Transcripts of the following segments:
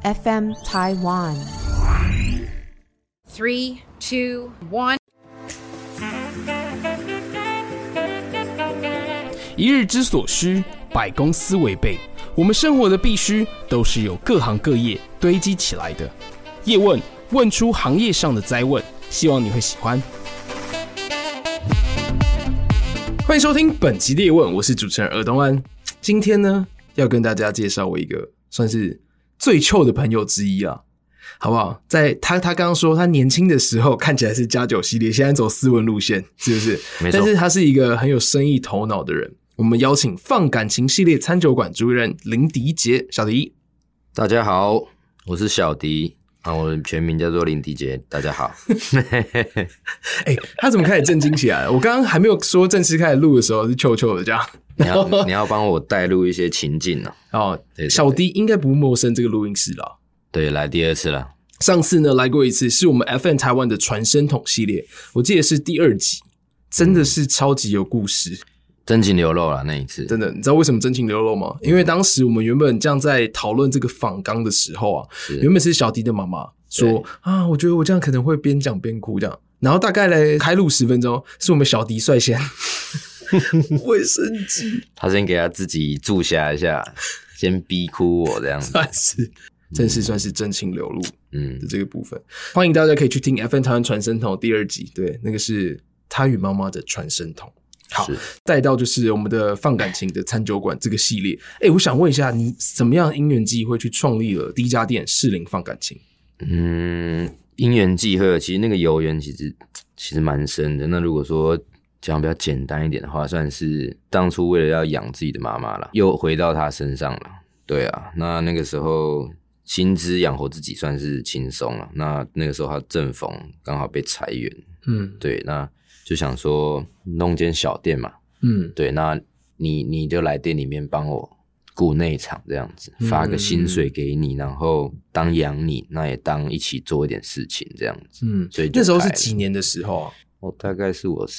FM Taiwan。 3, 2, 1。 一日之所需，百公司为备。我们生活的必须，都是由各行各业堆积起来的。叶问问出行业上的灾问，希望你会喜欢。欢迎收听本集的叶问，我是主持人尔东安。今天呢，要跟大家介绍我一个算是最臭的朋友之一啊，好不好？在他刚刚说他年轻的时候看起来是加九系列，现在走斯文路线，是不是？没错。但是他是一个很有生意头脑的人。我们邀请放感情系列餐酒馆主任林迪杰，小迪。 大家好，我是小迪啊，我的全名叫做林迪杰。大家好。 他怎么开始震惊起来了？我刚刚还没有说正式开始录的时候是臭臭的这样。 你要帮我带入一些情境啊。 哦， 对， 小迪应该不陌生这个录音室了。 对，来第二次了。 上次呢来过一次，是我们 FN 台湾的传声筒系列，我记得是第2集，真的是超级有故事。 真情流露啦，那一次真的，你知道为什么真情流露吗？因为当时我们原本这样在讨论这个访纲的时候啊，原本是小迪的妈妈说啊，我觉得我这样可能会边讲边哭这样，然后大概来开录10分钟，是我们小迪率先卫生纸， 他先给他自己注下一下，先逼哭我这样子， 算是真情流露的这个部分。欢迎大家可以去听 FN 台湾传声筒第2集，对，那个是他与妈妈的传声筒。好，再到就是我们的放感情的餐酒馆这个系列。我想问一下，你怎么样因缘际会去创立了第一家店士林放感情？ 因缘际会，其实那个由缘其实蛮深的。那如果说讲比较简单一点的话，算是当初为了要养自己的妈妈了，又回到她身上了。对啊，那个时候薪资养活自己算是轻松了。那个时候她正逢刚好被裁员，对，那就想说弄间小店嘛，对，那你就来店里面帮我顾内场这样子，发个薪水给你，然后当养你，那也当一起做一点事情这样子，所以就那时候是几年的时候啊？ 大概是我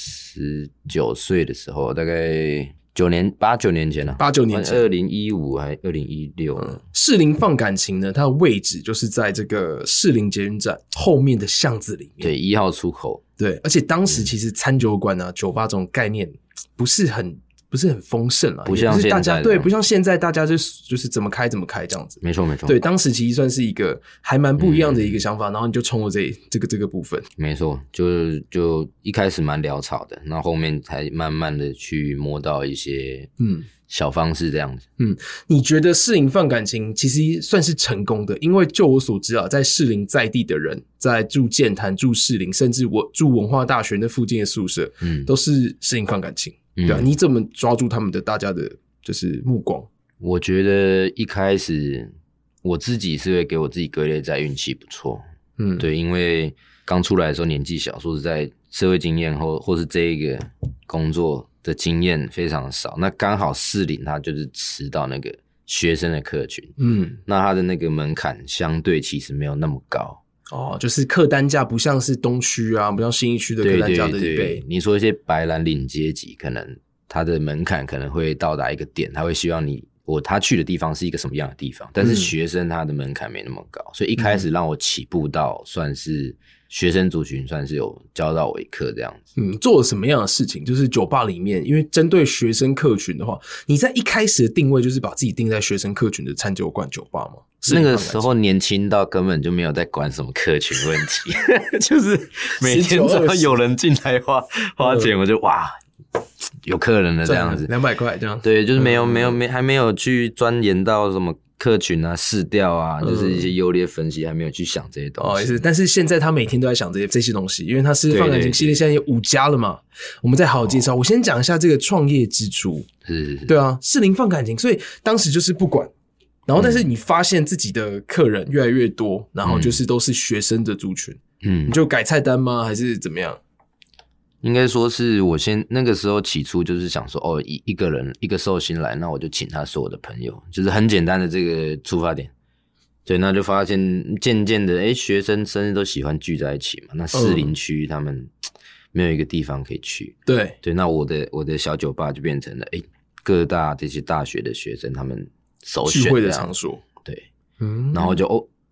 19岁的时候，大概8、9年前了，8、9年前，2015还2016。 士林放感情呢，它的位置就是在这个士林捷运站后面的巷子里面， 对，1号出口。 对，而且当时其实餐酒馆啊、酒吧这种概念不是很丰盛啊， 不像现在， 对，不像现在大家就是怎么开怎么开这样子。 没错。 对，当时其实算是一个还蛮不一样的一个想法，然后你就冲了这个部分。 没错，就一开始蛮潦草的，那后面才慢慢的去摸到一些小方式这样子。 你觉得士林放感情其实算是成功的？因为就我所知啊，在士林在地的人，在住健谈、住士林，甚至我住文化大学那附近的宿舍，都是士林放感情。对啊，你怎么抓住他们的大家的就是目光？ 我觉得一开始我自己是会给我自己归类在运气不错，对，因为刚出来的时候年纪小，说实在社会经验或是这一个工作的经验非常少，那刚好士林它就是吃到那个学生的客群，那它的那个门槛相对其实没有那么高。 就是客单价不像是东区啊，不像信义区的客单价的1倍。 对，你说一些白蓝领阶级，可能他的门槛可能会到达一个点，他会希望他去的地方是一个什么样的地方，但是学生他的门槛没那么高，所以一开始让我起步到算是学生族群，算是有教到我一课这样子。 做了什么样的事情？就是酒吧里面，因为针对学生客群的话，你在一开始的定位就是把自己定在学生客群的餐酒馆酒吧吗？ 那个时候年轻到根本就没有在管什么客群问题，就是每天只要有人进来花钱，我就哇有客人了这样子 ，200块这样。 对，就是还没有去钻研到什么客群啊、市调啊，就是一些优劣分析，还没有去想这些东西。但是现在他每天都在想这些东西，因为他是放感情系列现在有5家了嘛，我们再好好介绍。我先讲一下这个创业之初， 是， 对啊，士林放感情，所以当时就是不管。然后，但是你发现自己的客人越来越多，然后就是都是学生的族群，你就改菜单吗？还是怎么样？ 应该说是我那个时候起初就是想说，一个人一个寿星来，那我就请他所有的朋友，就是很简单的这个出发点。对，那就发现渐渐的，学生生日都喜欢聚在一起嘛。那士林区他们没有一个地方可以去， 对， 那我的小酒吧就变成了各大这些大学的学生他们首选聚会的场所， 对，然后就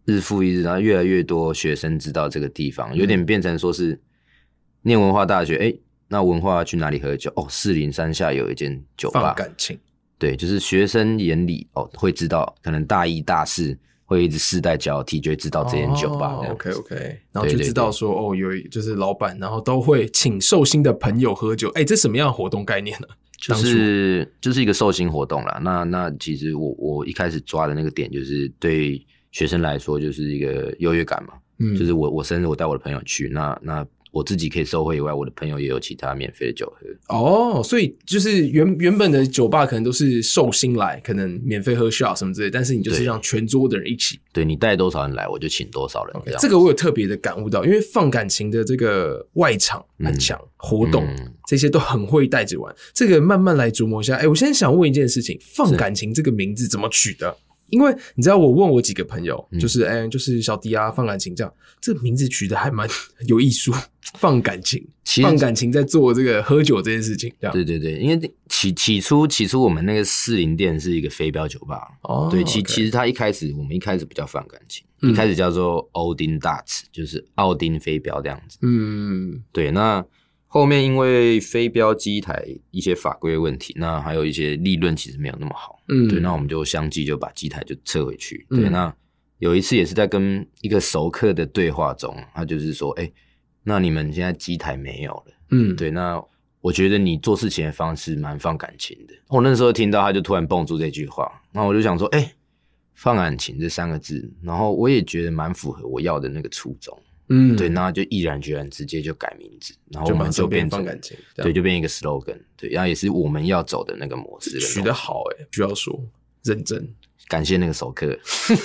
日复一日，然后越来越多学生知道这个地方，有点变成说是念文化大学，那文化去哪里喝酒？士林山下有一间酒吧， 放感情。 对，就是学生眼里会知道，可能大一大四会一直世代交替，就会知道这间酒吧。 OK， 然后就知道说有就是老板，然后都会请寿星的朋友喝酒。这什么样的活动概念呢？ 就是一个寿星活动啦。那其实我一开始抓的那个点，就是对学生来说就是一个优越感嘛。就是我生日我带我的朋友去，那我自己可以受惠以外，我的朋友也有其他免费的酒喝。 所以就是原本的酒吧可能都是寿星来，可能免费喝 shot 什么之类的，但是你就是让全桌的人一起。 对，你带多少人来，我就请多少人。 这个我有特别的感悟到，因为放感情的这个外场很强，活动这些都很会带着玩。这个慢慢来琢磨一下。我现在想问一件事情，放感情这个名字怎么取的？因为你知道，我问我几个朋友，就是小迪啊，放感情这样，这个名字取得还蛮有艺术。放感情，放感情在做这个喝酒这件事情，这样。 对，因为起初我们那个士林店是一个飞镖酒吧，对，其实我们一开始不叫放感情，一开始叫做奥丁大尺，就是奥丁飞镖这样子。对，那后面因为飞镖机台一些法规问题，那还有一些利润其实没有那么好，对，那我们就相继就把机台就撤回去。对，那有一次也是在跟一个熟客的对话中，他就是说，那你们现在机台没有了，对，那我觉得你做事情的方式蛮放感情的。我那时候听到他就突然蹦出这句话，然后我就想说，放感情这3个字，然后我也觉得蛮符合我要的那个初衷，对，然后就毅然决然直接就改名字，然后我们就变成放感情， 对，就变一个 slogan， 对，然后也是我们要走的那个模式。 取得好需要说认真， 感谢那个熟客，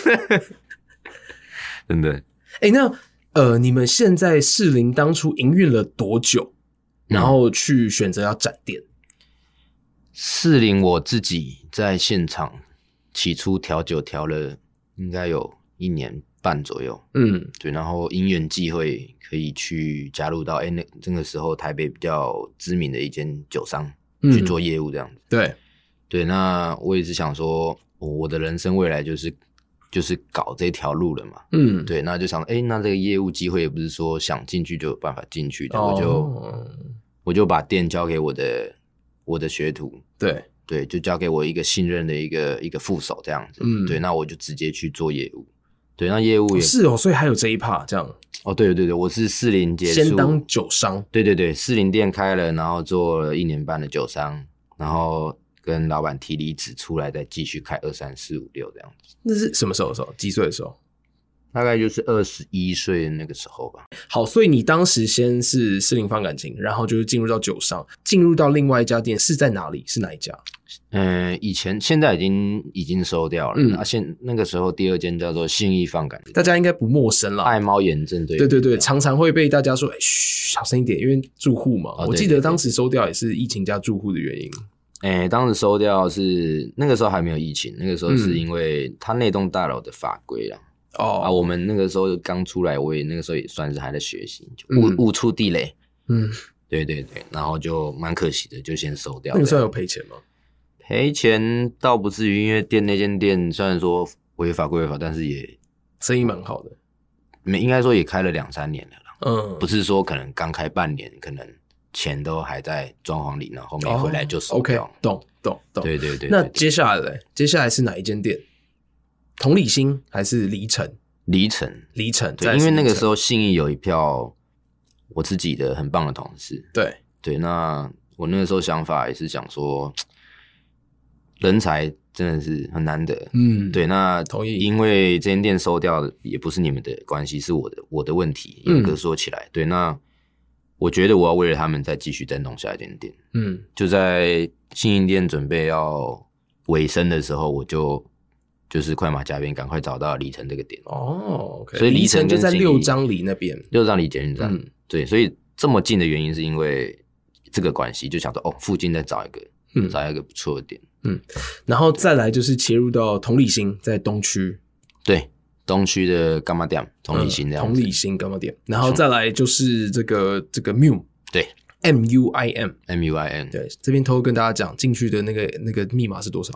真的。 那你们现在士林当初营运了多久？然后去选择要展店？ 士林我自己在现场起初调酒调了应该有1年半左右，对，然后因缘际会可以去加入到那个时候台北比较知名的一间酒商去做业务这样子。对，那我也是想说，我的人生未来就是搞这条路了嘛，对，那就想，那这个业务机会也不是说想进去就有办法进去的，我就把店交给我的学徒，对，就交给我一个信任的一个副手这样子，对，那我就直接去做业务，对，那业务也所以还有这一 part 这样。 对，我是士林结束， 先当酒商， 对，士林店开了，然后做了1年半的酒商，然后跟老板提离职出来，再继续开2、3、4、5、6这样子。 那是什么时候？几岁的时候？ 大概就是21岁的那个时候吧。 好，所以你当时先是士林放感情，然后就是进入到酒商，进入到另外一家店是在哪里？是哪一家？ 现在已经收掉了。那个时候第2间叫做信义放感情， 大家应该不陌生啦。 爱猫眼正对。 对，常常会被大家说，小声一点，因为住户嘛。我记得当时收掉也是疫情加住户的原因。 当时收掉是那个时候还没有疫情，那个时候是因为他那栋大楼的法规啦。我们那个时候刚出来，我也那个时候也算是还在学习，误触地雷。对，然后就蛮可惜的，就先收掉。 那个时候有赔钱吗？ 赔钱倒不至于，因为那间店虽然说违法归违法，但是也生意蛮好的。 应该说也开了2、3年了啦。不是说可能刚开半年，可能钱都还在装潢里，然后后面回来就收掉。 OK， 懂。 对。 那接下来是哪一间店？同理心还是离城？ 离城。 对， 因为那个时候信义有一票我自己的很棒的同事。对，那我那个时候想法也是想说，人才真的是很难得。对，那同意。 因为这间店收掉也不是你们的关系，是我的问题。严格说起来，对，那我觉得我要为了他们再继续再弄下一间店。就在信义店准备要尾声的时候，我就是快马加鞭，赶快找到离城这个点。 OK， 所以离城就在6张里那边 ，6张里捷运站。对，所以这么近的原因是因为这个关系，就想说附近再找一个不错的点。 然后再来就是切入到同理心，在东区。 对，东区的干嘛店，同理心这样子。 同理心干嘛店，然后再来就是这个 MUIM。 对。 MUIM， MUIM， 对，这边偷偷跟大家讲，进去的那个密码是多少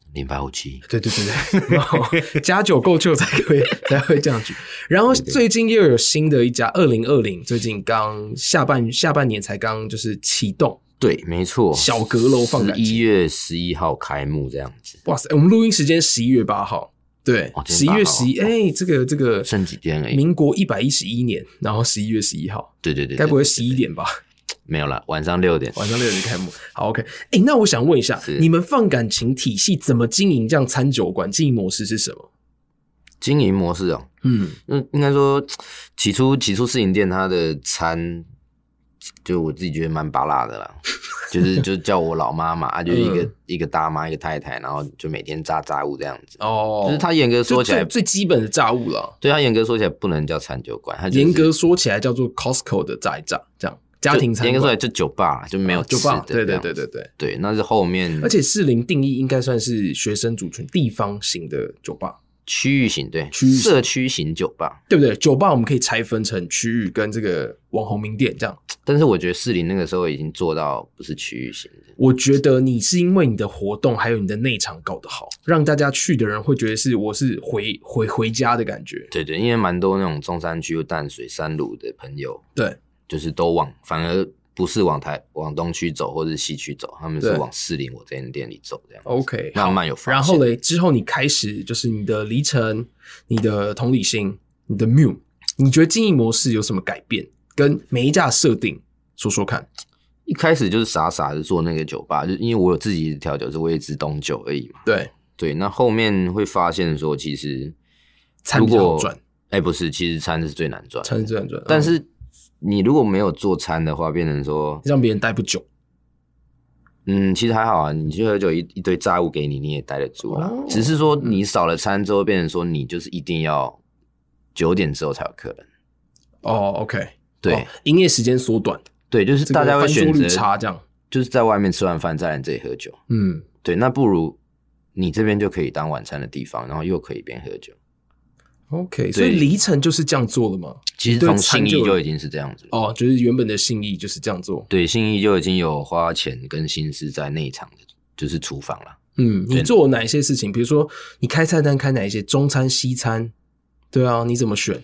0857， 对对对对，然后加酒够旧才会这样举。然后最近又有新的一家2020，最近刚下半年才刚就是启动。 对，没错， 小阁楼放感情 11月11号开幕这样子。 哇塞，我们录音时间11月8号。对，11月11，这个剩几天而已。 民国111年，然后11月11号。 对对对， 该不会11点吧？ 没有啦，晚上6点。 晚上6点开幕。好 ，OK。那我想问一下，你们放感情体系怎么经营这样餐酒馆？经营模式是什么？ 经营模式哦，应该说起初试营店它的餐，就我自己觉得蛮拔辣的啦，就叫我老妈嘛，就是一个大妈一个太太，然后就每天炸物这样子。哦，就是它严格说起来最基本的炸物了。 对，它严格说起来不能叫餐酒馆，它严格说起来叫做 Costco 的炸一炸这样。家庭餐馆， 严格说来就酒吧啦，就没有吃的、 酒吧。对， 那是后面。 而且士林定义应该算是学生族群地方型的酒吧， 区域型，对，社区型酒吧， 对不对？酒吧我们可以拆分成区域跟这个网红名店这样。 但是我觉得士林那个时候已经做到不是区域型的。 我觉得你是因为你的活动还有你的内场搞得好，让大家去的人会觉得我是回家的感觉。 对对，因为蛮多那种中山区、淡水、三鲁的朋友， 对。 就是反而不是往东区走或者西区走，他们是往士林我这间店里走这样。 OK， 慢慢有发现。 然后嘞，之后你开始就是你的离程、你的同理心、你的 Mu， 你觉得经营模式有什么改变？跟每一家设定说说看。 一开始就是傻傻的做那个酒吧，就因为我有自己的调酒，是我也只懂酒而已嘛。对，那后面会发现说，其实餐比较好赚。 不是，其实餐是最难赚， 餐是最难赚， 但是。你如果没有做餐的话，变成说让别人待不久。 其实还好啊，你就喝酒一堆炸物给你，你也待得住啦。只是说你少了餐之后，变成说你就是一定要9点之后才有客人。 OK， 对， 营业时间缩短。 对，就是大家会选择差这样， 就是在外面吃完饭再来这里喝酒。对，那不如你这边就可以当晚餐的地方，然后又可以边喝酒。 OK， 所以离程就是这样做了吗？ 其实从信义就已经是这样子了。 就是原本的信义就是这样做。 对，信义就已经有花钱跟心思在内场的，就是厨房了。 你做哪一些事情？比如说你开菜单开哪一些？中餐、西餐？对啊，你怎么选？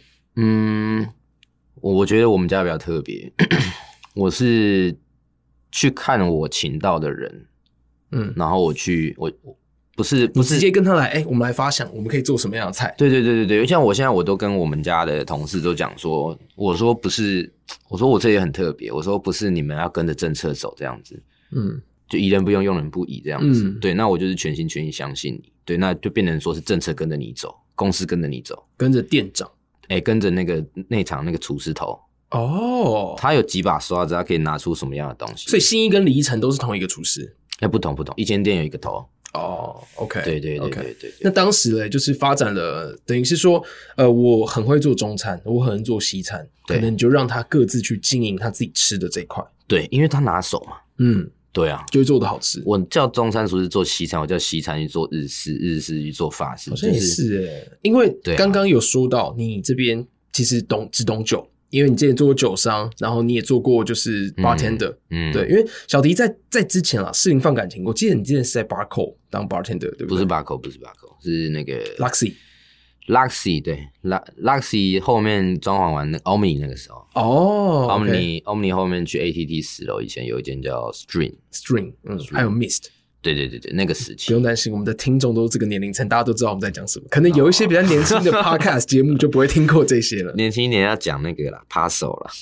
我觉得我们家比较特别，我是去看我请到的人，然后我不是直接跟他来，我们来发想，我们可以做什么样的菜？ 对，像我现在我都跟我们家的同事都讲说，我说不是，我说我这也很特别，我说不是你们要跟着政策走这样子，就疑人不用，用人不疑这样子，对，那我就是全心全意相信你，对，那就变成说是政策跟着你走，公司跟着你走， 跟着店长， 跟着那个内场那个厨师头。他有几把刷子，他可以拿出什么样的东西？ 所以信义跟离程都是同一个厨师？ 不同，一间店有一个头。 OK， 对。 那当时呢，就是发展了，等于是说，我很会做中餐，我很会做西餐，可能你就让他各自去经营他自己吃的这一块。 对，因为他拿手嘛。对啊， 就会做得好吃。 我叫中餐厨师做西餐，我叫西餐去做日式，日式去做法式。 好像也是因为刚刚有说到你这边其实只懂酒。因为你之前做过酒商，然后你也做过就是 bartender，对，因为小迪在之前啦，士林放感情，我记得你之前是在 Barco 当 bartender， 对不对？ 不是 Barco， 是那个 Luxy， 对 ，Luxy 后面装潢完那个 Omni 那个时候，Omni 后面去 ATT 10楼以前有一间叫 String， 还有 Mist。 对，那个时期不用担心，我们的听众都是这个年龄层，大家都知道我们在讲什么。可能有一些比较年轻的 podcast 节目就不会听过这些了。 年轻一点要讲那个啦 ，Paso 啦。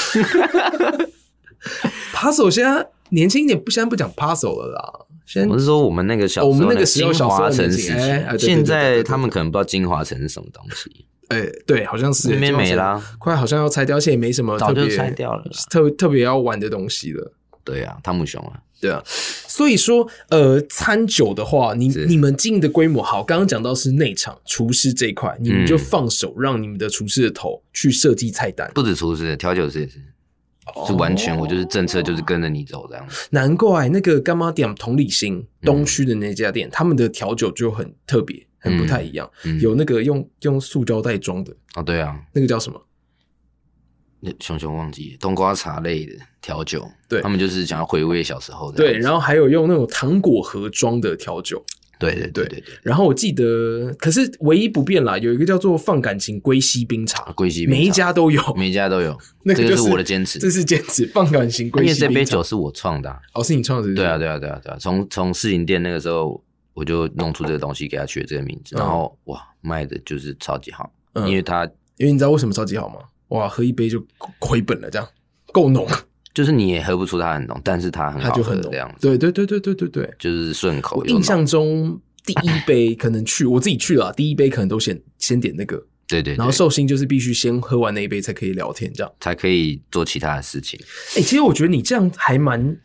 Paso 现在年轻一点，现在不讲 Paso 了啦。 我是说我们那个小时候， 我们那个时候金华城时期，现在他们可能不知道金华城是什么东西。 对，好像是那边没啦， 快好像要拆掉，现在也没什么特别早就拆掉了， 特别要玩的东西了。 对啊，汤姆熊啊。 对啊，所以说餐酒的话，你们经营的规模好，刚刚讲到是内场厨师这一块，你们就放手让你们的厨师的头去设计菜单， 不止厨师，调酒师也是，是完全我就是政策就是跟着你走这样。 难怪那个干妈店同理心东区的那家店，他们的调酒就很特别，很不太一样，有那个用塑胶袋装的对啊， 那个叫什么？ 熊忘记冬瓜茶类的调酒，对，他们就是想要回味小时候的。 对，然后还有用那种糖果盒装的调酒， 对。 然后我记得，可是唯一不变啦，有一个叫做放感情龟西冰茶， 龟西冰茶每一家都有，那个这是我的坚持， 这是坚持放感情龟西冰茶。 因为这杯酒是我创的哦，是你创的是不是？ 对啊，从试饮店那个时候我就弄出这个东西，给他取了这个名字，然后哇，卖的就是超级好，因为你知道为什么超级好吗？哇，喝一杯就亏本了，这样够浓。 就是你也喝不出它很浓，但是它很好喝这样子。 对， 就是顺口。 我印象中第一杯可能我自己去了，第一杯可能都先点那个。对，然后寿星就是必须先喝完那一杯才可以聊天，这样才可以做其他的事情。 其实我觉得你这样还蛮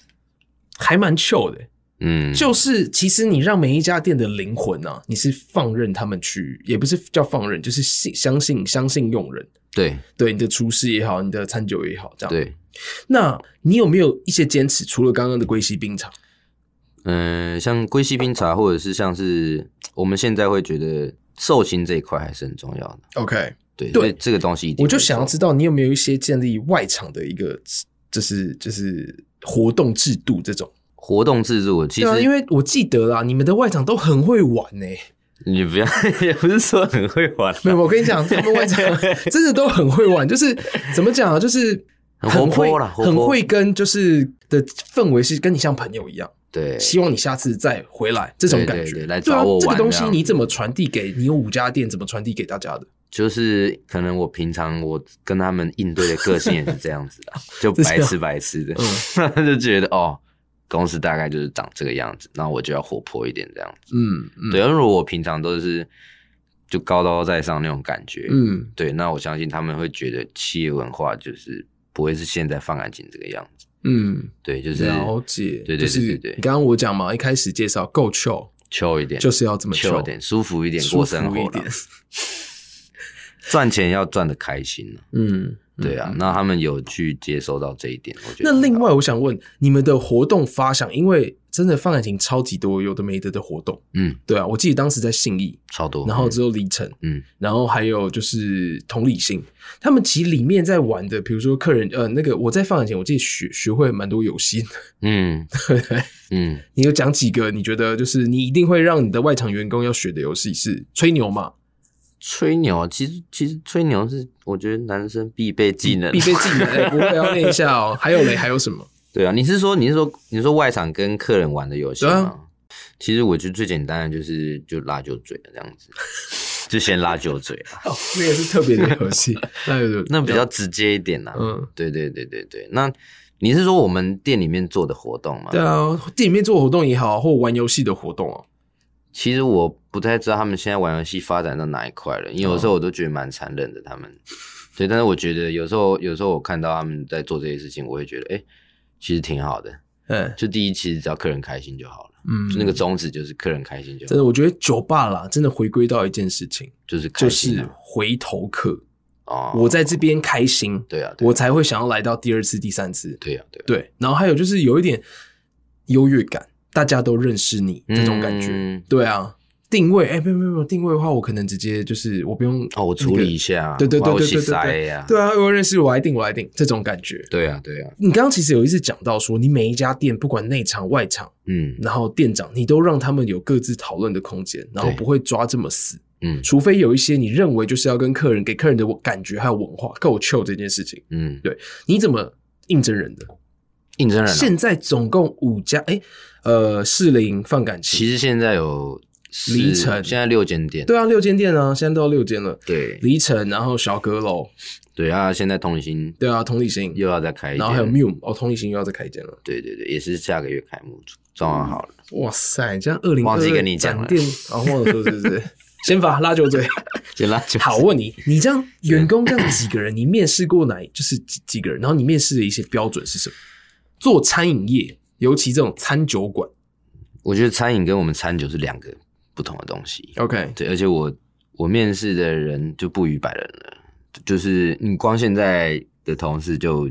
chill 的。就是其实你让每一家店的灵魂啊，你是放任他们去，也不是叫放任，就是相信用人。对，你的厨师也好，你的餐酒也好，这样。 对。 那你有没有一些坚持？除了刚刚的龟西冰茶， 像龟西冰茶，或者是像是我们现在会觉得寿星这一块还是很重要的。 OK， 对，这个东西一定我就想要知道你有没有一些建立外场的一个，就是活动制度这种活动制度。其实因为我记得啦，你们的外场都很会玩你不要，也不是说很会玩， 没有，我跟你讲，他们外场真的都很会玩，就是怎么讲啊，就是很活泼啦， 很会跟就是的氛围是跟你像朋友一样， 对， 希望你下次再回来这种感觉， 对，来找我玩。 这个东西你怎么传递给你有5家店，怎么传递给大家的？ 就是可能我平常我跟他们应对的个性也是这样子的，就白痴的，就觉得公司大概就是长这个样子，然后我就要活泼一点这样子。对，因为我平常都是就高高在上那种感觉。对，那我相信他们会觉得企业文化就是不会是现在放感情这个样子。对，就是了解。 对， 你刚刚我讲嘛，一开始介绍够 chill 一点， 就是要这么 chill 一点，舒服一点过生活啦。赚钱要赚得开心。对啊，那他们有去接收到这一点，我觉得。 那另外我想问，你们的活动发想，因为真的放感情超级多有的没的活动。对啊，我记得当时在信义超多， 然后之后里程，然后还有就是同理心，他们其实里面在玩的，比如说客人那个我在放感情，我记得学会蛮多游戏的。对不对？你有讲几个你觉得就是你一定会让你的外场员工要学的游戏？是吹牛嘛？ 吹牛，其实吹牛是我觉得男生必备技能， 不会要练一下哦。还有什么？ 对啊，你是说外场跟客人玩的游戏吗？其实我觉得最简单的就拉酒嘴这样子，就先拉酒嘴啦。 那个是特别的游戏， 那比较直接一点啦。对。那你是说我们店里面做的活动吗？ 对啊，店里面做活动也好，或玩游戏的活动啊。 其实我不太知道他们现在玩游戏发展到哪一块了，因为有时候我都觉得蛮残忍的他们。对，但是我觉得有时候我看到他们在做这些事情，我会觉得其实挺好的。就第一，其实只要客人开心就好了。就那个宗旨就是客人开心就好。 真的，我觉得酒吧啦，真的回归到一件事情， 就是开心就是回头客。我在这边开心， 对啊， 我才会想要来到第2次、第3次。 对啊。 然后还有就是有一点优越感。大家都认识你这种感觉。对啊，定位没有定位的话，我可能直接就是我不用我处理一下， 对对啊，我认识我来定这种感觉。 对啊。 你刚刚其实有一次讲到说，你每一家店不管内场外场，然后店长你都让他们有各自讨论的空间，然后不会抓这么死。除非有一些你认为就是要跟客人给客人的感觉还有文化够 chill 这件事情。对，你怎么应征人的？现在总共5家，士林放感情， 其实现在有离城， 现在6间店。 对啊，6间店啊，现在都要6间了。 对， 离城，然后小阁楼， 对啊，现在同理心， 对啊，同理心又要再开一间， 然后还有 Mule， 同理心又要再开一间了。 对，也是下个月开幕，装好了。 哇塞，这样2022 忘记跟你讲了， 展店忘了说是不是？先把拉酒嘴， 先拉酒嘴。 好，问你这样员工这样几个人，你面试过就是几个人？然后你面试的一些标准是什么？做餐饮业，尤其这种餐酒馆， 我觉得餐饮跟我们餐酒是2个不同的东西。 OK， 对，而且我面试的人就不逾100人了，就是你光现在的同事就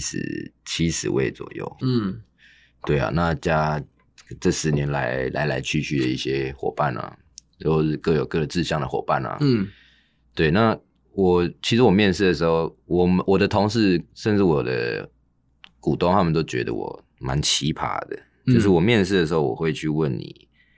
70位左右。对啊，那加这10年来去的一些伙伴啊，都是各有各的志向的伙伴啊。对，那其实我面试的时候，我的同事甚至我的股东他们都觉得我蛮奇葩的。就是我面试的时候，我会去问你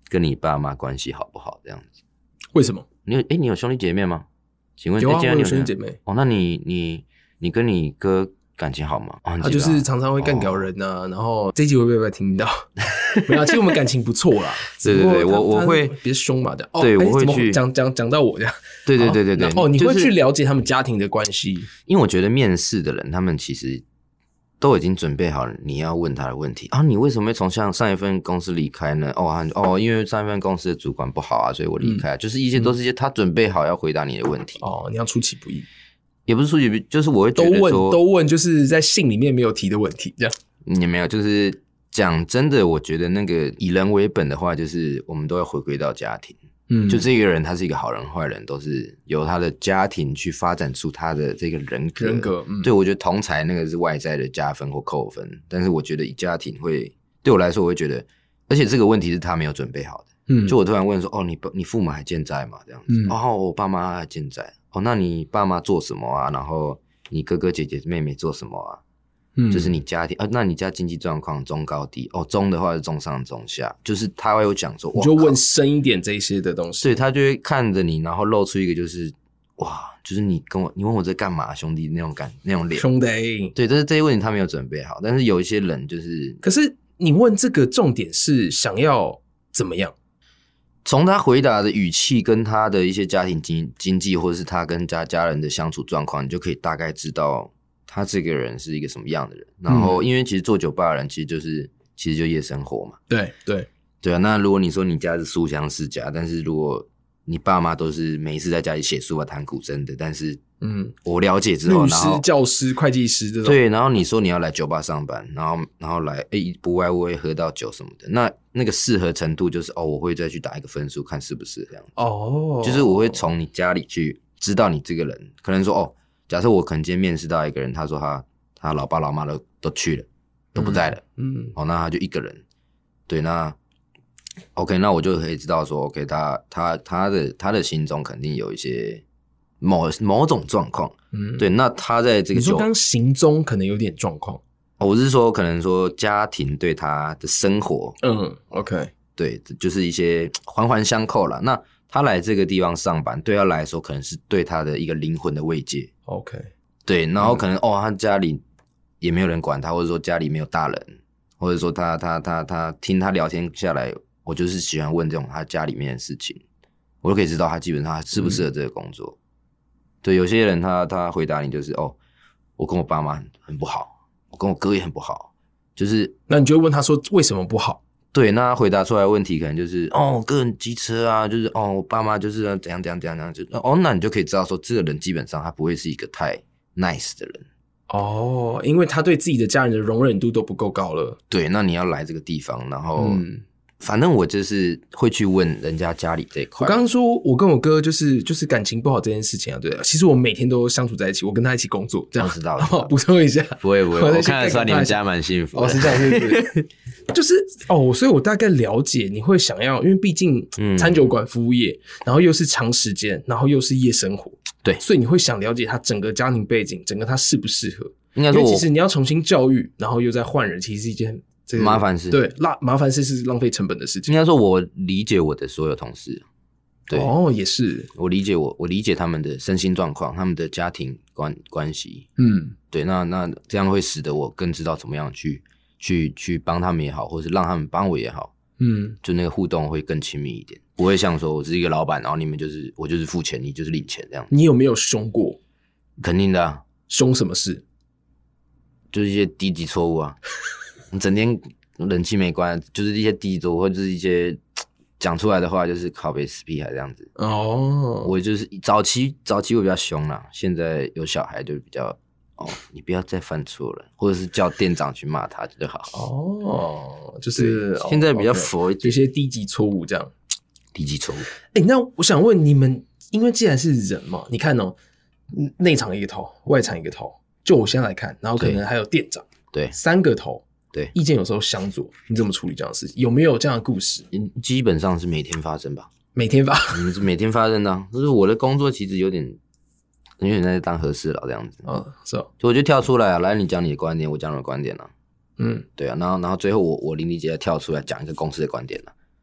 跟你爸妈关系好不好这样子。 为什么？ 你有兄弟姐妹吗？请问有啊，我有既然你兄弟姐妹。 哦，那你跟你哥感情好吗？ 他就是常常会干掉人啊，然后这一集会不会听到？没有，其实我们感情不错啦。 对，我会别凶嘛的。 对，我会去讲到我这样。 对。 你会去了解他们家庭的关系， 因为我觉得面试的人他们其实都已经准备好了你要问他的问题啊。你为什么会从上一份公司离开呢？因为上一份公司的主管不好啊，所以我离开。就是一些都是一些他准备好要回答你的问题。 你要出其不意。 也不是出其不意，就是我会觉得说都问，就是在信里面没有提的问题，这样也没有。就是讲真的，我觉得那个以人为本的话，就是我们都要回归到家庭。就这个人他是一个好人坏人，都是由他的家庭去发展出他的这个人格。对，我觉得同才那个是外在的加分或扣分，但是我觉得以家庭会对我来说，我会觉得，而且这个问题是他没有准备好的。就我突然问说，你父母还健在吗？这样子。我爸妈还健在。那你爸妈做什么啊？然后你哥哥姐姐妹妹做什么啊？就是你家庭那你家经济状况中高低？中的话是中上中下，就是他会有讲说， 你就问深一点这一些的东西。 对，他就会看着你，然后露出一个就是就是你问我这干嘛，兄弟那种脸。 兄弟， 对，但是这些问题他没有准备好。但是有一些人就是， 可是你问这个重点是想要怎么样？ 从他回答的语气跟他的一些家庭经济，或者是他跟家人的相处状况，你就可以大概知道他这个人是一个什么样的人。然后，因为其实做酒吧的人其实就夜生活嘛。对啊。那如果你说你家是书香世家，但是如果你爸妈都是没事在家里写书啊、弹古筝的，但是我了解之后， 律师、教师、会计师这种。 对，然后你说你要来酒吧上班，然后来不外乎会喝到酒什么的，那个适合程度就是我会再去打一个分数，看适不适合这样子。就是我会从你家里去知道你这个人，可能说假设我可能今天面试到一个人，他说他老爸老妈都去了，都不在了，那他就一个人。对，那 OK， 那我就可以知道说 OK， 他的心中肯定有一些某种状况。对，那他在这个你说刚行踪可能有点状况。 我是说可能说家庭对他的生活 OK， 对，就是一些环环相扣啦。那他来这个地方上班，对他来说可能是对他的一个灵魂的慰藉。 OK， 对，然后可能他家里也没有人管他，或者说家里没有大人，或者说他听他聊天下来，我就是喜欢问这种他家里面的事情，我就可以知道他基本上他适不适合这个工作。对，有些人他回答你就是我跟我爸妈很不好，我跟我哥也很不好，就是那你就会问他说为什么不好？ 对，那他回答出来的问题可能就是我个人机车啊，就是我爸妈就是怎样，就那你就可以知道说这个人基本上他不会是一个太 nice 的人。 因为他对自己的家人的容忍度都不够高了。 对，那你要来这个地方，然后反正我就是会去问人家家里这一块。 我刚刚说我跟我哥就是感情不好这件事情啊，对啊，其实我们每天都相处在一起，我跟他一起工作，这样我知道了。 补充一下， 不会，我看得出来你们家蛮幸福的。 是这样，是就是所以我大概了解你会想要，因为毕竟餐酒馆服务业，然后又是长时间，然后又是夜生活， 对， 所以你会想了解他整个家庭背景，整个他适不适合。 应该说， 因为其实你要重新教育，然后又再换人，其实是一件麻烦事。 对，麻烦事是浪费成本的事情。 应该说，我理解我的所有同事。对， 也是我理解他们的身心状况，他们的家庭关系。对，那这样会使得我更知道怎么样去帮他们也好，或是让他们帮我也好。就那个互动会更亲密一点，不会像说我是一个老板，然后你们我就是付钱，你就是领钱这样。 你有没有凶过？ 肯定的啊。 凶什么事？ 就是一些低级错误啊，你整天冷气没关，就是一些低级错误，或者是一些讲出来的话就是靠北死屁孩这样子。我就是早期我比较凶啦，现在有小孩就比较你不要再犯错了，或者是叫店长去骂他就好。 就是现在比较佛一点， 这些低级错误这样。 低级错误。 那我想问你们，因为既然是人嘛，你看内场一个头，外场一个头。就我先来看，然后可能还有店长， 对 ，3个头， 对， 意见有时候相左，你怎么处理这样的事情？有没有这样的故事？ 基本上是每天发生吧， 每天发生的。就是我的工作其实有点在当和事佬这样子。 是哦， 就我就跳出来啊，来你讲你的观点，我讲我的观点啊。对啊，然后最后我淋漓尽致跳出来讲一个公司的观点啊。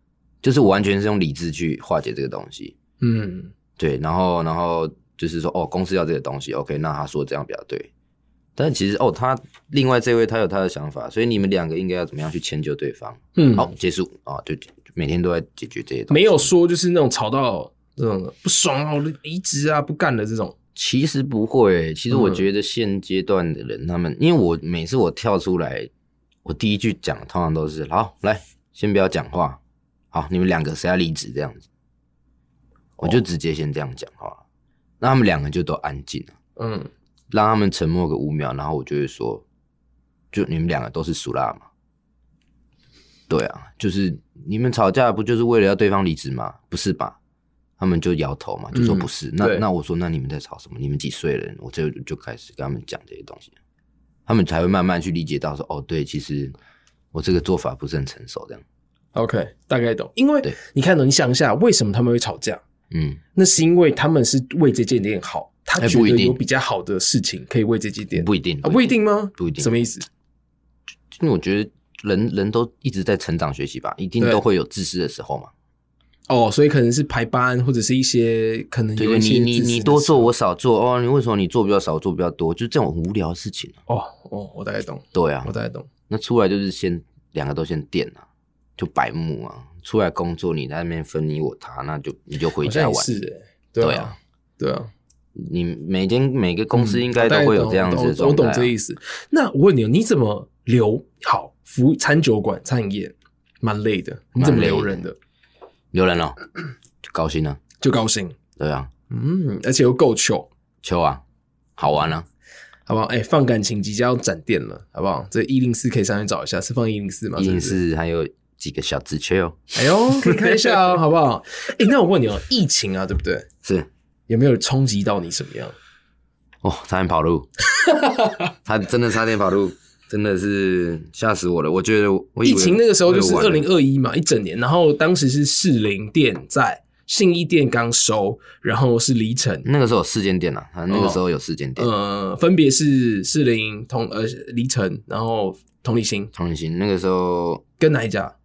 就是我完全是用理智去化解这个东西。对，然后就是说公司要这个东西 ，OK， 那他说这样比较对。但其实他另外这位他有他的想法，所以你们两个应该要怎么样去迁就对方？好，结束啊，就每天都在解决这些东西， 没有说就是那种吵到这种不爽离职啊不干了这种。 其实不会，其实我觉得现阶段的人他们，因为我每次我跳出来，我第一句讲通常都是好来，先不要讲话，好，你们两个谁要离职这样子，我就直接先这样讲话，那他们两个就都安静了，让他们沉默个5秒，然后我就会说，就你们两个都是属辣嘛？对啊，就是你们吵架不就是为了要对方离职吗？不是吧？他们就摇头嘛，就说不是。那我说那你们在吵什么？你们几岁了？我就开始跟他们讲这些东西，他们才会慢慢去理解到说，对，其实我这个做法不是很成熟，这样。 OK， 大概懂。因为你看你想一下，为什么他们会吵架？那是因为他们是为这间店好。他觉得有比较好的事情可以为这间店， 不一定不一定吗？ 不一定， 什么意思？ 因为我觉得人都一直在成长学习吧，一定都会有自私的时候嘛。 所以可能是排班，或者是一些可能有一些你多做我少做你为什么你做比较少，我做比较多？就这种无聊的事情我大概懂。 对啊， 我大概懂。 那出来就是两个都先垫就白目出来工作你在那边分你我他，那你就回家玩。 是对啊。你每个公司应该都会有这样子的状态。 我懂这意思。那我问你你怎么留好餐酒馆餐饮业蛮累的，你怎么留人的？ 留人就高兴啊， 就高兴。 对啊， 而且又够糗啊，好玩啊， 好不好？放感情即将要展店了，好不好？这104可以上去找一下，是放104吗 ？104还有几个小纸缺哎呦，可以看一下好不好？那我问你疫情啊，对不对？ 是。 有没有冲击到你什么样？ 差点跑路，他真的差点跑路，真的是吓死我了。我觉得疫情那个时候就是2021嘛，一整年，然后当时是士林店在信义店刚收，然后是离城， 那个时候有4间店啊，那个时候有4间店， 分别是士林、离城，然后同理心， 那个时候跟哪一家？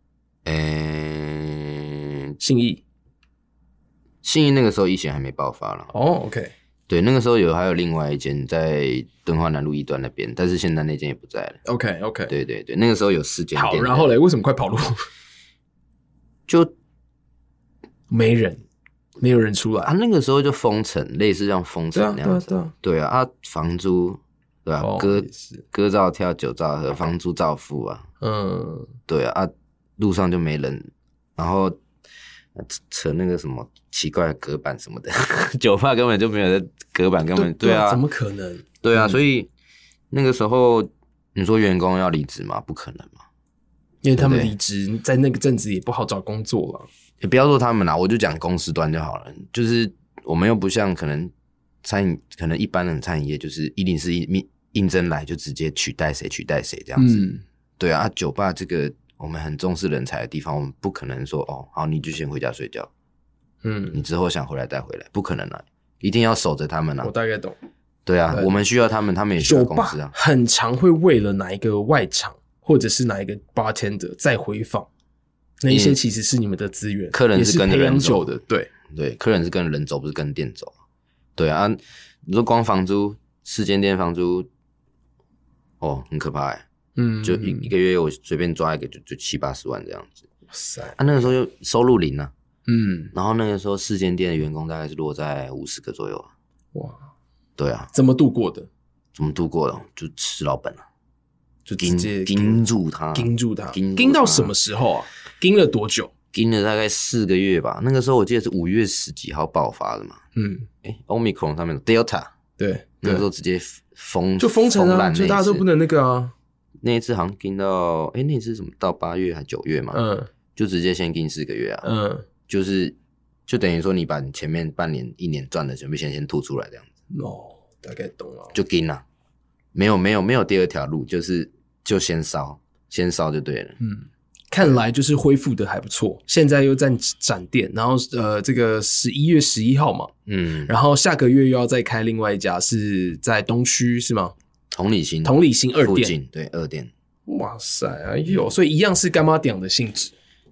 信义那个时候疫情还没爆发了。 OK。 对，那个时候还有另外一间在敦化南路1段那边，但是现在那间也不在了。 OK。 对，那个时候有4间店。 好，然后嘞，为什么快跑路？就没有人出来那个时候就封城，类似像封城那样子。对啊，房租对吧？歌照跳，酒照喝，房租照付啊。对啊，路上就没人，然后扯那个什么奇怪的隔板什么的，酒吧根本就没有的隔板，根本对啊， 怎么可能？ 对啊，所以那个时候你说员工要离职吗？不可能嘛， 因为他们离职在那个阵子也不好找工作了。 也不要说他们啦，我就讲公司端就好了。就是我们又不像可能可能一般的餐饮业，就是104应征来就直接取代谁这样子。对啊，酒吧这个我们很重视人才的地方，我们不可能说好你就先回家睡觉，你之后想回来再回来，不可能啊，一定要守着他们啊。 我大概懂。 对啊，我们需要他们，他们也需要公司啊。 酒吧很常会为了哪一个外场或者是哪一个 bartender 再回访，那一些其实是你们的资源， 客人是跟着人走的，对， 客人是跟着人走，不是跟着店走。对啊，你说光房租4间店房租，很可怕就一个月我随便抓一个就70-80万这样子。 哇塞！ 那个时候就收入0啊，然后那个时候4间店的员工大概是落在50个左右啊。 哇， 对啊， 怎么度过的？ 就吃老本了， 就直接盯住他， 盯到什么时候啊？盯了多久？ 盯了大概4个月吧。那个时候我记得是5月10几号爆发的嘛。Omicron 上面的 Delta， 对， 那个时候直接封城啊，就大家都不能那个啊。 那一次好像盯到，那一次什么到8月还9月嘛，就直接先盯4个月啊，就等于说你把你前面半年1年赚的全部先吐出来这样子。 大概懂了。 就盯了，没有第二条路，就先烧就对了。 看来就是恢复的还不错，现在又在展店，然后这个11月11号嘛，然后下个月又要再开另外一家，是在东区是吗？ 同理心 2店， 附近，对，2店。 哇塞，所以一样是干妈店的性质。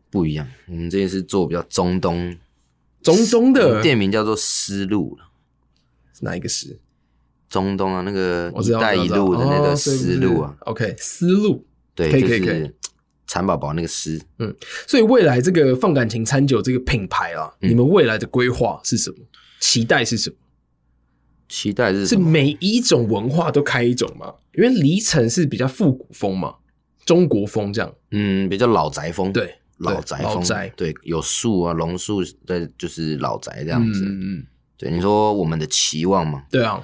不一样，我们这些是做比较中东的店名叫做丝路了。 哪一个丝？ 中东啊，那个我知道一带一路的那个丝路啊。 OK， 丝路， 对， 可以就是蚕宝宝那个丝。 所以未来这个放感情餐酒这个品牌啊，你们未来的规划是什么？期待是什么？ 期待是什么？ 是每一种文化都开一种吗？因为离城是比较复古风嘛，中国风这样。 比较老宅风。 对， 老宅风。对，有树啊，榕树的，就是老宅这样子。对，你说我们的期望吗？ 对啊。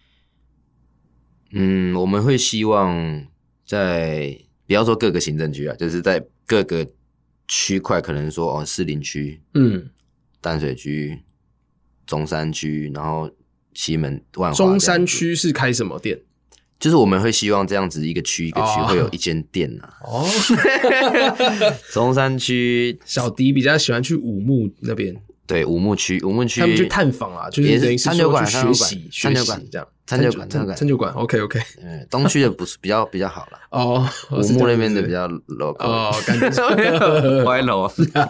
我们会希望在不要说各个行政区啊，就是在各个区块，可能说士林区、淡水区、中山区，然后西门、万华。中山区是开什么店？ 就是我们会希望这样子一个区会有一间店啊。中山区小迪比较喜欢去武木那边。 对，武木区他们去探访啊，就是等于是说去学习这样。餐酒馆 OK， 东区的不是比较好了。武木那边的比较 local。 感觉歪楼。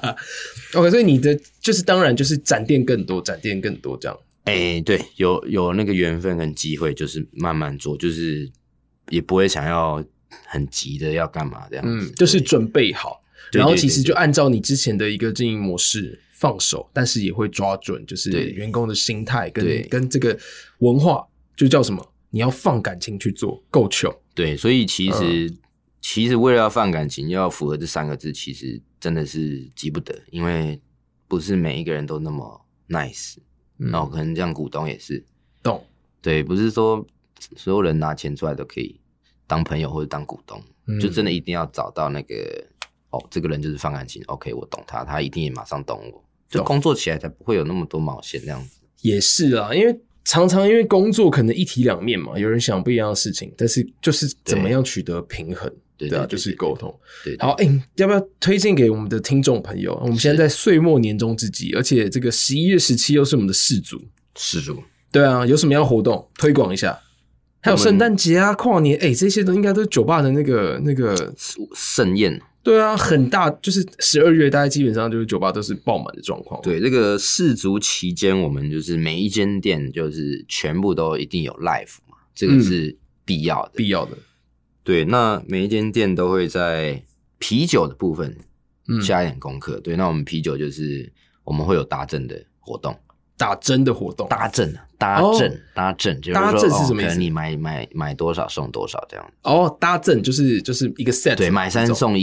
OK， 所以你的就是当然就是展店更多这样。 对，有那个缘分跟机会，就是慢慢做，就是也不会想要很急的要干嘛这样子。 就是准备好，然后其实就按照你之前的一个经营模式。放手，但是也会抓准，就是员工的心态跟这个文化，就叫什么？你要放感情去做，够糗。 对，所以其实为了要放感情，要符合这3个字，其实真的是急不得，因为不是每一个人都那么 nice，然后可能这样股东也是懂。 对，不是说所有人拿钱出来都可以当朋友或者当股东，就真的一定要找到那个这个人就是放感情 ，OK， 我懂他，他一定也马上懂我。就工作起来才不会有那么多毛线这样子。 也是啦，因为常常因为工作可能一体两面嘛，有人想不一样的事情，但是就是怎么样取得平衡，对啊，就是沟通。对，好，要不要推荐给我们的听众朋友？我们现在在岁末年终之际，而且这个11月17又是我们的世足，对啊，有什么样的活动推广一下？还有圣诞节啊、跨年，这些都应该都是酒吧的那个盛宴。 对啊，很大，就是12月大概基本上就是酒吧都是爆满的状况。 对，这个世足期间，我们就是每一间店就是全部都一定有 live 嘛，这个是必要的。对，那每一间店都会在啤酒的部分下一点功课。对，那我们啤酒就是我们会有搭阵的活动。 打针的活动， 搭阵，就是说是什么意思？可能你买多少送多少这样子。 搭阵就是一个 set， 对，买3送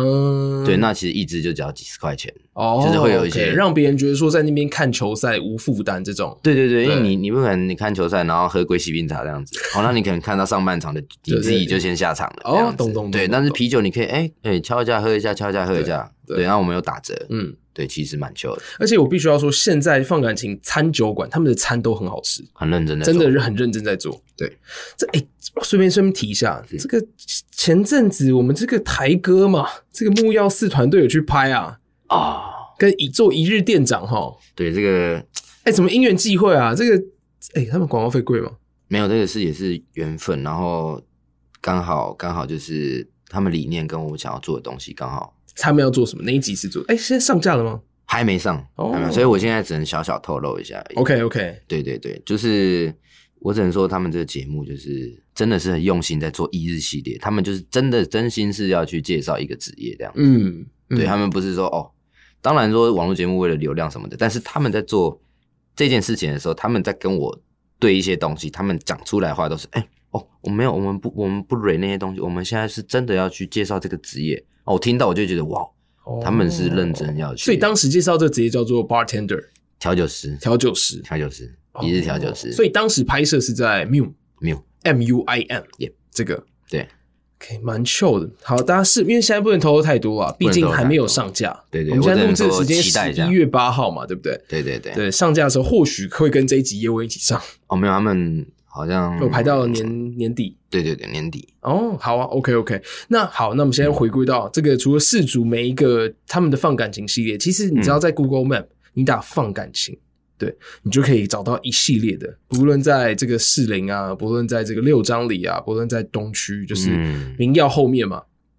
1。对，那其实一支就只要几十块钱。就是会有一些让别人觉得说在那边看球赛无负担这种。 对，因为你不可能你看球赛然后喝龟西冰茶这样子。那你可能看到上半场的你自己就先下场了。 懂。 对，但是啤酒你可以敲一下喝一下，敲一下喝一下。对，然后我们有打折。对，其实蛮糗的。 而且我必须要说，现在放感情餐酒馆他们的餐都很好吃， 很认真在做， 真的很认真在做。对，这顺便提一下，这个前阵子我们这个台哥嘛，这个木曜4团队有去拍跟做一日店长对，这个怎么因缘际会啊？这个他们广告费贵吗？ 没有，这个也是缘分，然后刚好就是他们理念跟我想要做的东西刚好。 他们要做什么？哪一集是做？现在上架了吗？ 还没上，所以我现在只能小小透露一下而已。 OK， 对，就是我只能说他们这个节目就是真的是很用心在做一日系列，他们就是真心是要去介绍一个职业这样。对，他们不是说当然说网络节目为了流量什么的，但是他们在做这件事情的时候，他们在跟我对一些东西，他们讲出来的话都是我们不蕊那些东西，我们现在是真的要去介绍这个职业。我听到我就觉得哇，他们是认真要去。 所以当时介绍这个职业叫做 bartender， 调酒师，一日调酒师。 所以当时拍摄是在 MUIM， 这个对 ，OK， 蛮 chill 的。好，大家因为现在不能透露太多啊，毕竟还没有上架。 对， 我们现在录制的时间11月8号嘛，对不对？ 对， 上架的时候或许会跟这一集叶问一起上。 没有，他们好像有排到年底。 对，年底。 好啊 ，OK。那好，那我们现在回归到这个，除了世足每一个他们的放感情系列，其实你知道在 Google Map 你打放感情，对你就可以找到一系列的，不论在这个士林啊，不论在这个六张里啊，不论在东区，就是明耀后面嘛，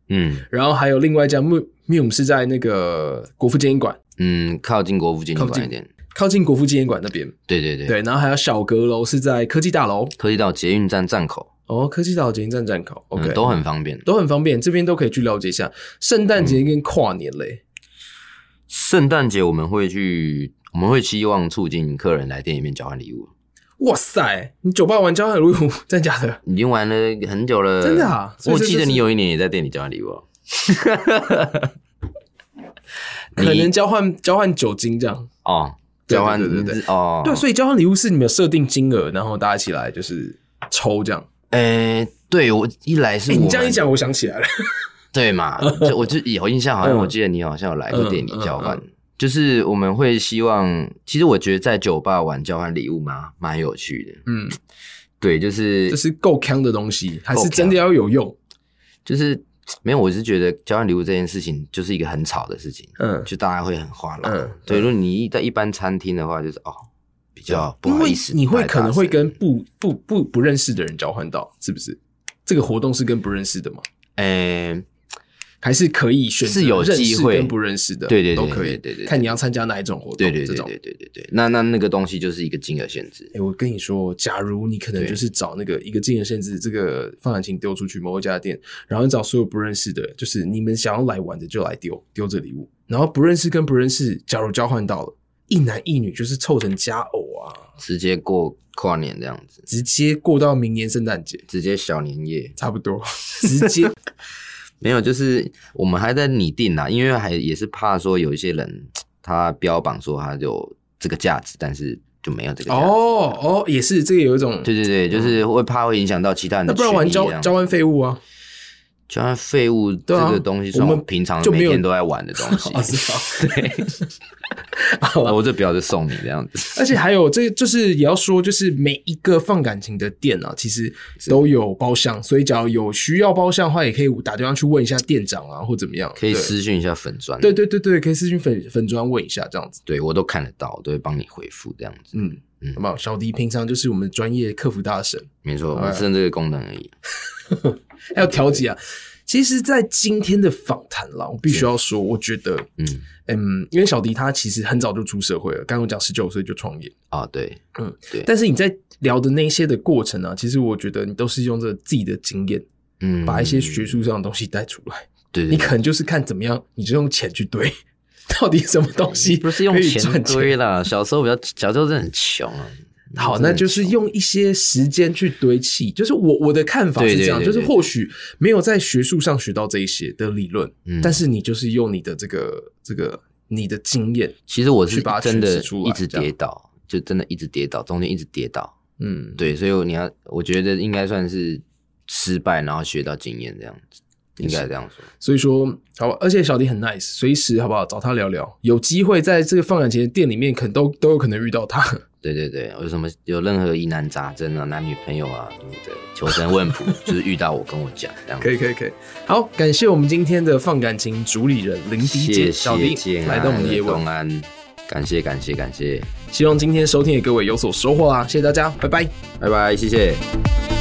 然后还有另外一家 Mium 是在那个国父纪念馆， 靠近国父纪念馆一点， 靠近国父纪念馆那边。对，然后还有小阁楼是在科技大楼， 科技岛捷运站站口。 科技岛捷运站站口 ，OK， 都很方便， 这边都可以去了解一下。圣诞节跟跨年嘞， 圣诞节我们会希望促进客人来店里面交换礼物。 哇塞，你酒吧玩交换礼物，真的假的？ 已经玩了很久了， 真的啊！ 我记得你有一年也在店里交换礼物。 可能交换酒精这样交换对哦，对，所以交换礼物是你们有设定金额，然后大家一起来就是抽这样。 对，我一来是你这样一讲，我想起来了， 对嘛？我就有印象，好像我记得你好像有来过店里交换，就是我们会希望，其实我觉得在酒吧玩交换礼物蛮有趣的，对，就是这是够强的东西，还是真的要有用？ 就是没有，我是觉得交换礼物这件事情就是一个很吵的事情，就大家会很哗乱，对，如果你在一般餐厅的话，就是比较不好意思， 你会可能会跟不认识的人交换到，是不是？这个活动是跟不认识的吗？还是可以选择是有机会跟不认识的， 对都可以，对，看你要参加哪一种活动， 对，那个东西就是一个金额限制。 我跟你说，假如你可能就是找那个一个金额限制，这个放感情丢出去某一家店，然后你找所有不认识的，就是你们想要来玩的就来丢这礼物，然后不认识跟不认识，假如交换到了，一男一女就是凑成佳偶啊， 直接过跨年这样子， 直接过到明年圣诞节， 直接小年夜， 差不多，直接。 没有，就是我们还在拟定啦，因为也是怕说有一些人他标榜说他有这个价值，但是就没有这个价值。 也是这个有一种， 对，就是会怕会影响到其他人的权益。 那不然玩交换废物啊？ 交换废物这个东西，我们平常每天都在玩的东西。对，我这表就送你这样子。 而且还有这就是也要说，就是每一个放感情的店啊，其实都有包厢，所以假如有需要包厢的话，也可以打电话去问一下店长啊，或怎么样， 可以私讯一下粉专。 对，可以私讯粉专问一下这样子。 对，我都看得到，我都会帮你回复这样子。 好不好？小迪平常就是我们专业客服大神， 没错，我剩这个功能而已。 还有调解啊。其实在今天的访谈啦，我必须要说，我觉得因为小迪他其实很早就出社会了，刚刚我讲19岁就创业对，对。 但是你在聊的那些的过程啊，其实我觉得你都是用着自己的经验，把一些学术上的东西带出来。 对， 你可能就是看怎么样，你就用钱去堆，到底什么东西不是用钱堆啦？小时候真的很穷啊。 好，那就是用一些时间去堆砌，就是我的看法是这样，就是或许没有在学术上学到这一些的理论，但是你就是用你的这个你的经验， 其实我是真的一直跌倒，就真的一直跌倒，中间一直跌倒，对，所以我觉得应该算是失败，然后学到经验这样子。应该这样说， 所以说好，而且小迪很 nice， 随时好不好找他聊聊，有机会在这个放感情的店里面，可能都有可能遇到他。 对，有任何疑难杂症啊，男女朋友啊，对，求神问卜，就是遇到我跟我讲，这样可以。好，感谢我们今天的放感情主理人林迪姐小迪来到我们的业问， 感谢， 希望今天收听的各位有所收获啦，谢谢大家，拜拜， 谢谢。